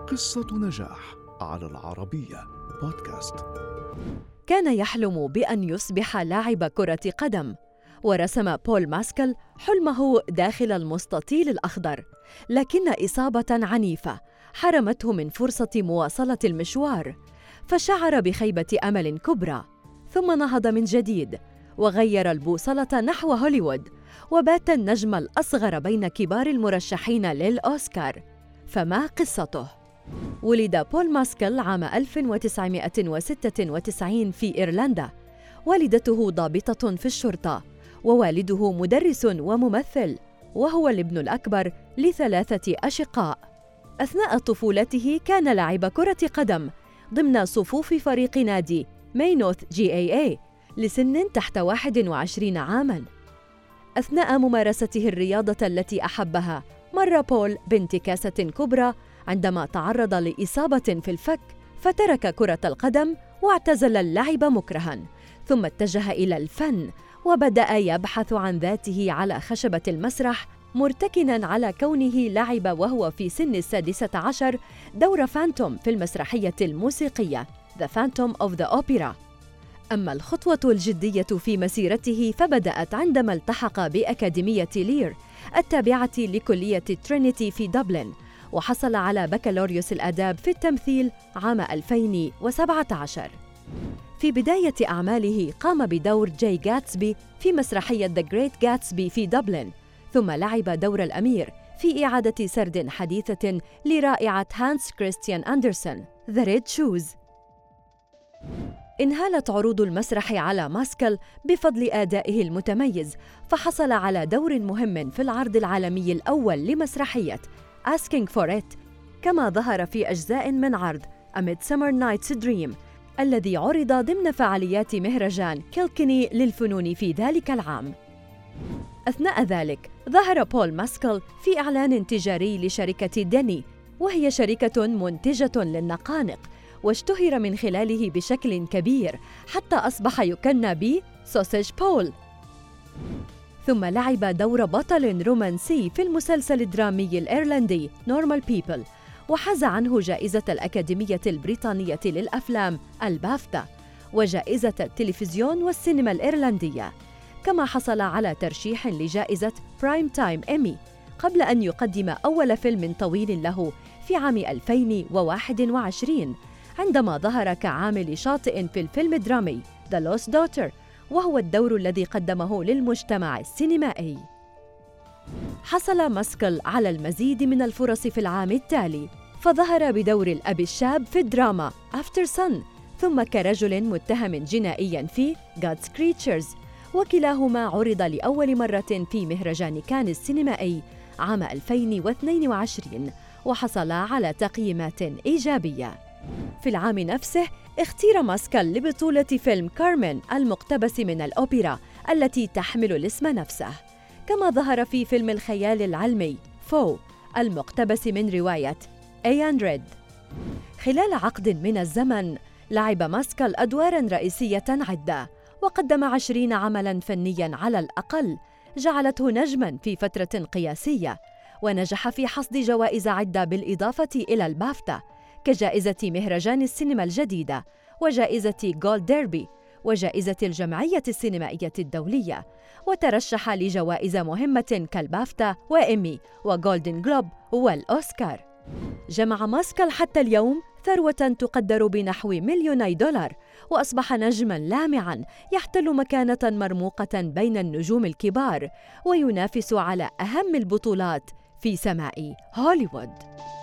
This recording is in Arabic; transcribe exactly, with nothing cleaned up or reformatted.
قصة نجاح على العربية بودكاست. كان يحلم بأن يصبح لاعب كرة قدم، ورسم بول ماسكل حلمه داخل المستطيل الأخضر، لكن إصابة عنيفة حرمته من فرصة مواصلة المشوار، فشعر بخيبة أمل كبرى. ثم نهض من جديد وغير البوصلة نحو هوليوود، وبات النجم الأصغر بين كبار المرشحين للأوسكار. فما قصته؟ ولد بول ماسكل عام ألف وتسعمائة وستة وتسعين في إيرلندا. والدته ضابطة في الشرطة، ووالده مدرس وممثل، وهو الابن الأكبر لثلاثة أشقاء. أثناء طفولته كان لاعب كرة قدم ضمن صفوف فريق نادي ماينوث جي إيه إيه لسن تحت واحد وعشرين عاماً. أثناء ممارسته الرياضة التي أحبها، مر بول بانتكاسة كبرى عندما تعرض لإصابة في الفك، فترك كرة القدم واعتزل اللعب مكرهاً، ثم اتجه إلى الفن وبدأ يبحث عن ذاته على خشبة المسرح، مرتكناً على كونه لعب وهو في سن السادسة عشر دور فانتوم في المسرحية الموسيقية The Phantom of the Opera. أما الخطوة الجدية في مسيرته فبدأت عندما التحق بأكاديمية لير التابعة لكلية ترينيتي في دبلن، وحصل على بكالوريوس الآداب في التمثيل عام ألفين وسبعة عشر. في بداية أعماله قام بدور جاي جاتسبي في مسرحية The Great Gatsby في دبلن، ثم لعب دور الأمير في إعادة سرد حديثة لرائعة هانس كريستيان أندرسون The Red Shoes. انهالت عروض المسرح على ماسكل بفضل أدائه المتميز، فحصل على دور مهم في العرض العالمي الأول لمسرحية Asking for It، كما ظهر في أجزاء من عرض A Midsummer Night's Dream الذي عرض ضمن فعاليات مهرجان كيلكني للفنون في ذلك العام. أثناء ذلك ظهر بول ماسكل في إعلان تجاري لشركة ديني، وهي شركة منتجة للنقانق، واشتهر من خلاله بشكل كبير حتى أصبح يكنى ب سوسيج بول. ثم لعب دور بطل رومانسي في المسلسل الدرامي الإيرلندي نورمال بيبل، وحاز عنه جائزة الأكاديمية البريطانية للأفلام البافتا، وجائزة التلفزيون والسينما الإيرلندية، كما حصل على ترشيح لجائزة برايم تايم إيمي قبل أن يقدم أول فيلم طويل له في عام ألفين وواحد وعشرين، عندما ظهر كعامل شاطئ في الفيلم الدرامي The Lost Daughter، وهو الدور الذي قدمه للمجتمع السينمائي. حصل ماسكل على المزيد من الفرص في العام التالي، فظهر بدور الأب الشاب في الدراما After Sun، ثم كرجل متهم جنائياً في God's Creatures، وكلاهما عرض لأول مرة في مهرجان كان السينمائي عام ألفين واثنين وعشرين، وحصل على تقييمات إيجابية. في العام نفسه اختير ماسكل لبطولة فيلم كارمن المقتبس من الأوبرا التي تحمل الاسم نفسه، كما ظهر في فيلم الخيال العلمي فو المقتبس من رواية أيان ريد. خلال عقد من الزمن لعب ماسكل أدواراً رئيسية عدة، وقدم عشرين عملاً فنياً على الأقل، جعلته نجماً في فترة قياسية، ونجح في حصد جوائز عدة بالإضافة إلى البافتا كجائزة مهرجان السينما الجديدة، وجائزة جولد ديربي، وجائزة الجمعية السينمائية الدولية، وترشح لجوائز مهمة كالبافتا وإيمي وجولدن جلوب والأوسكار. جمع ماسكل حتى اليوم ثروة تقدر بنحو مليوني دولار، وأصبح نجماً لامعاً يحتل مكانة مرموقة بين النجوم الكبار، وينافس على أهم البطولات في سماء هوليوود.